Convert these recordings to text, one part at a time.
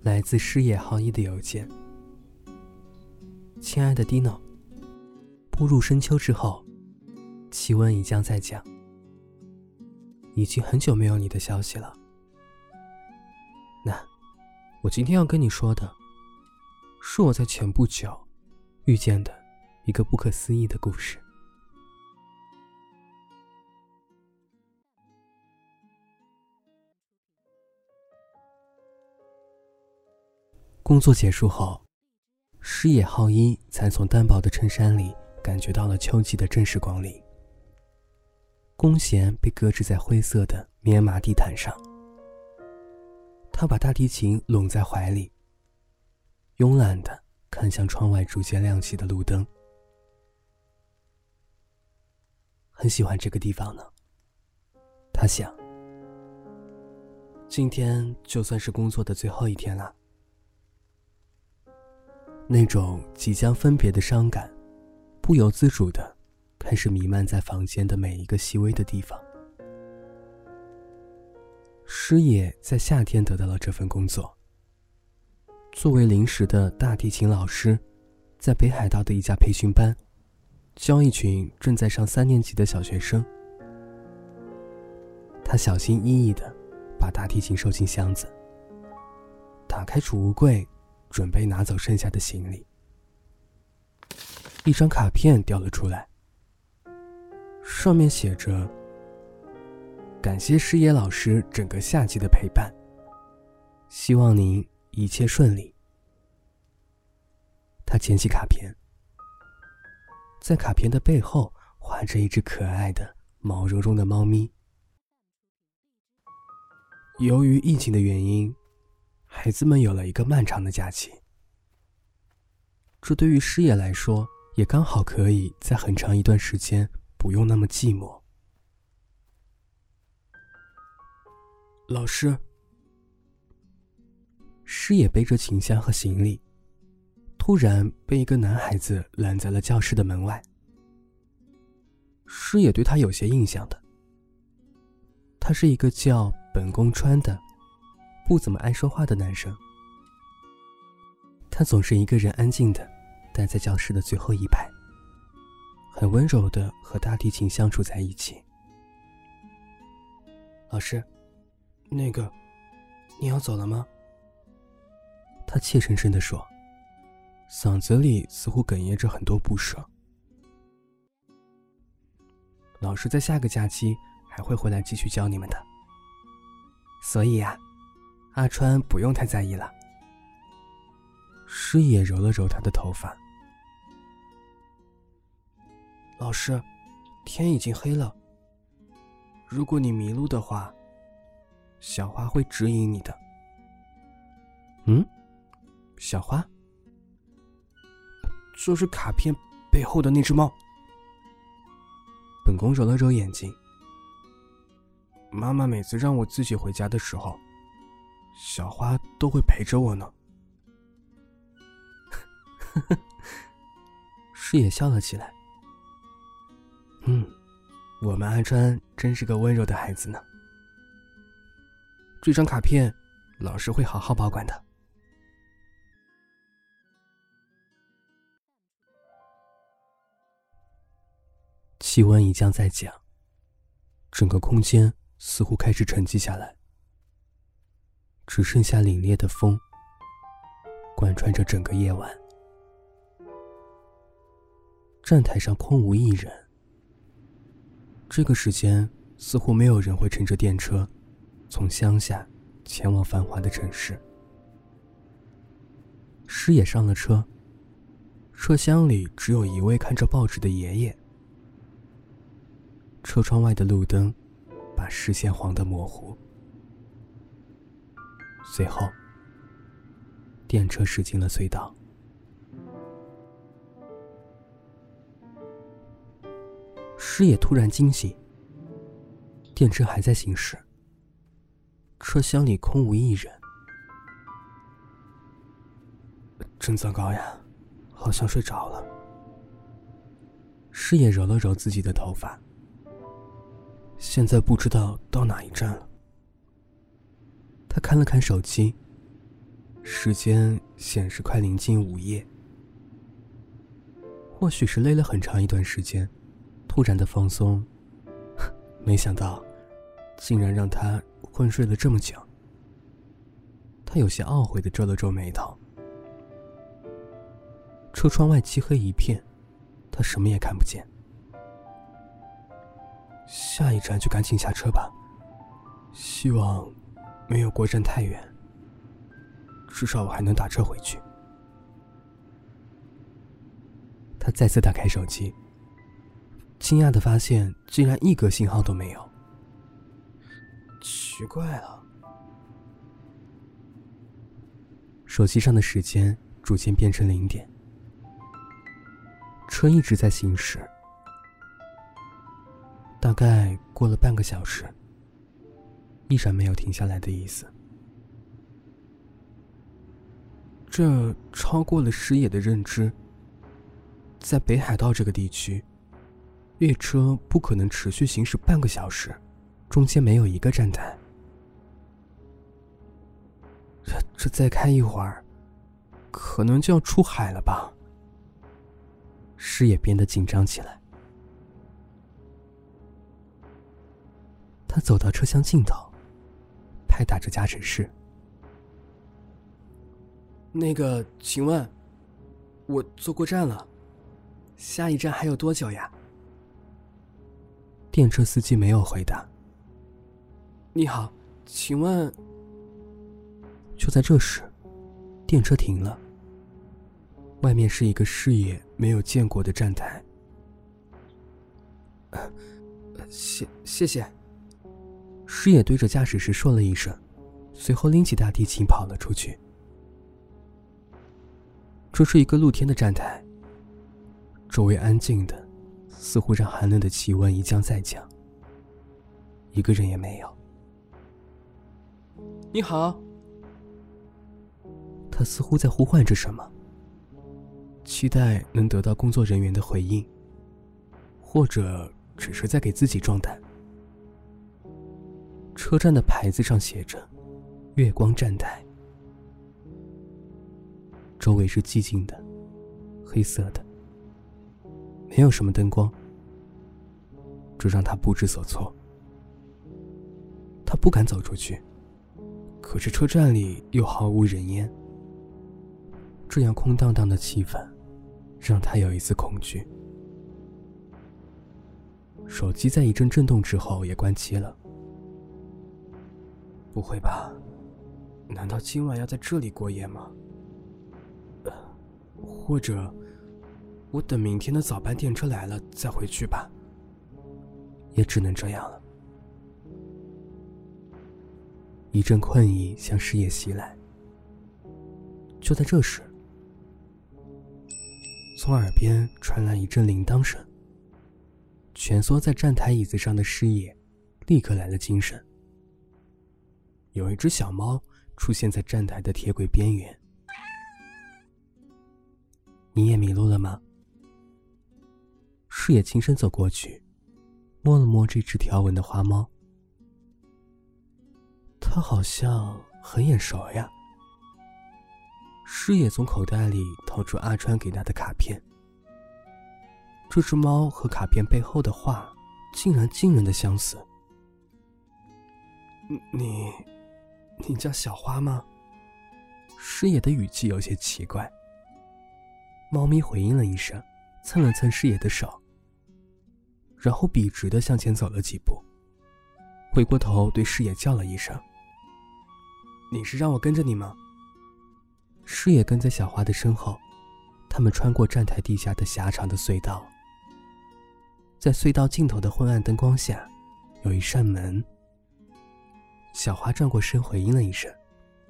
来自师野浩一的邮件。亲爱的 Dino， 步入深秋之后，气温已将在降，已经很久没有你的消息了。那我今天要跟你说的是我在前不久遇见的一个不可思议的故事。工作结束后，师野浩一才从单薄的衬衫里感觉到了秋季的正式光临。弓弦被搁置在灰色的棉麻地毯上，他把大提琴拢在怀里，慵懒地看向窗外逐渐亮起的路灯。很喜欢这个地方呢，他想，今天就算是工作的最后一天了。那种即将分别的伤感不由自主地开始弥漫在房间的每一个细微的地方。师野在夏天得到了这份工作，作为临时的大提琴老师，在北海道的一家培训班教一群正在上3年级的小学生。他小心翼翼地把大提琴收进箱子，打开储物柜，准备拿走剩下的行李。一张卡片掉了出来，上面写着：感谢师野老师整个夏季的陪伴，希望您一切顺利。他捡起卡片，在卡片的背后画着一只可爱的毛茸茸的猫咪。由于疫情的原因，孩子们有了一个漫长的假期，这对于师野来说也刚好可以在很长一段时间不用那么寂寞。老师，师野背着琴箱和行李，突然被一个男孩子拦在了教室的门外。师野对他有些印象的，他是一个叫本宫川的不怎么爱说话的男生。他总是一个人安静地待在教室的最后一排，很温柔地和大提琴相处在一起。老师，那个，你要走了吗？他怯生生地说，嗓子里似乎哽咽着很多不舍。老师在下个假期还会回来继续教你们的，所以啊，阿川不用太在意了。师野揉了揉他的头发。老师，天已经黑了，如果你迷路的话，小花会指引你的。小花？就是卡片背后的那只猫。本宫揉了揉眼睛。妈妈每次让我自己回家的时候，小花都会陪着我呢。师野笑了起来。我们阿川真是个温柔的孩子呢。这张卡片，老师会好好保管的。气温已将在降，整个空间似乎开始沉寂下来，只剩下凛冽的风贯穿着整个夜晚。站台上空无一人，这个时间似乎没有人会乘着电车从乡下前往繁华的城市。师野上了车，车厢里只有一位看着报纸的爷爷。车窗外的路灯把视线晃得模糊。随后，电车驶进了隧道。师野突然惊醒，电车还在行驶，车厢里空无一人。真糟糕呀，好像睡着了。师野揉了揉自己的头发，现在不知道到哪一站了。他看了看手机， 时间显示快临近午夜。或许是累了很长一段时间，突然的放松，没想到竟然让他昏睡了这么久。他有些懊悔地皱了皱眉头。车窗外漆黑一片，他什么也看不见。下一站就赶紧下车吧，希望没有过站太远，至少我还能打车回去。他再次打开手机，惊讶地发现竟然一个信号都没有。奇怪了。手机上的时间逐渐变成0点，车一直在行驶，大概过了半个小时，依然没有停下来的意思。这超过了师爷的认知。在北海道这个地区，列车不可能持续行驶半个小时，中间没有一个站台。这再开一会儿，可能就要出海了吧？师爷变得紧张起来。他走到车厢尽头，拍打着驾驶室。那个，请问，我坐过站了，下一站还有多久呀？电车司机没有回答。你好，请问……就在这时，电车停了，外面是一个师爷没有见过的站台。谢谢。师爷对着驾驶室说了一声，随后拎起大提琴跑了出去。这是一个露天的站台，周围安静的，似乎让寒冷的气温一降再降，一个人也没有。你好。他似乎在呼唤着什么，期待能得到工作人员的回应，或者只是在给自己壮胆。车站的牌子上写着月光站台，周围是寂静的，黑色的，没有什么灯光，这让他不知所措。他不敢走出去，可是车站里又毫无人烟，这样空荡荡的气氛让他有一丝恐惧。手机在一阵震动之后也关机了。不会吧？难道今晚要在这里过夜吗？或者我等明天的早班电车来了再回去吧，也只能这样了。一阵困意向视野袭来。就在这时，从耳边传来一阵铃铛声，蜷缩在站台椅子上的师爷立刻来了精神。有一只小猫出现在站台的铁轨边缘。你也迷路了吗？师爷轻声走过去，摸了摸这只条纹的花猫。它好像很眼熟呀。师爷从口袋里掏出阿川给他的卡片。这只猫和卡片背后的话竟然惊人的相似。你叫小花吗？师爷的语气有些奇怪。猫咪回应了一声，蹭了蹭师爷的手，然后笔直地向前走了几步，回过头对师爷叫了一声：“你是让我跟着你吗？”师爷跟在小花的身后，他们穿过站台地下的狭长的隧道。在隧道尽头的昏暗灯光下，有一扇门。小花转过身回应了一声。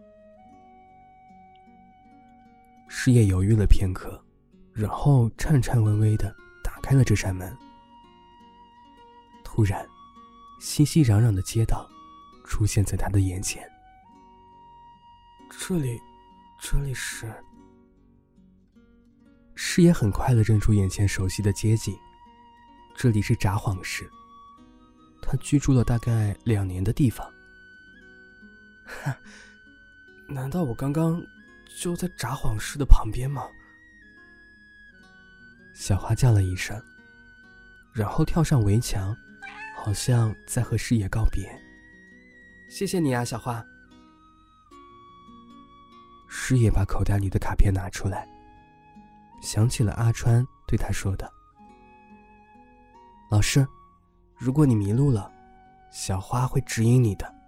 师爷犹豫了片刻，然后颤颤巍巍地打开了这扇门。突然，熙熙攘攘的街道出现在他的眼前。这里是……师爷很快地认出眼前熟悉的街景，这里是札幌市，他居住了大概2年的地方。难道我刚刚就在札幌市的旁边吗？小花叫了一声，然后跳上围墙，好像在和师爷告别。谢谢你啊，小花。师爷把口袋里的卡片拿出来，想起了阿川对他说的：老师，如果你迷路了，小花会指引你的。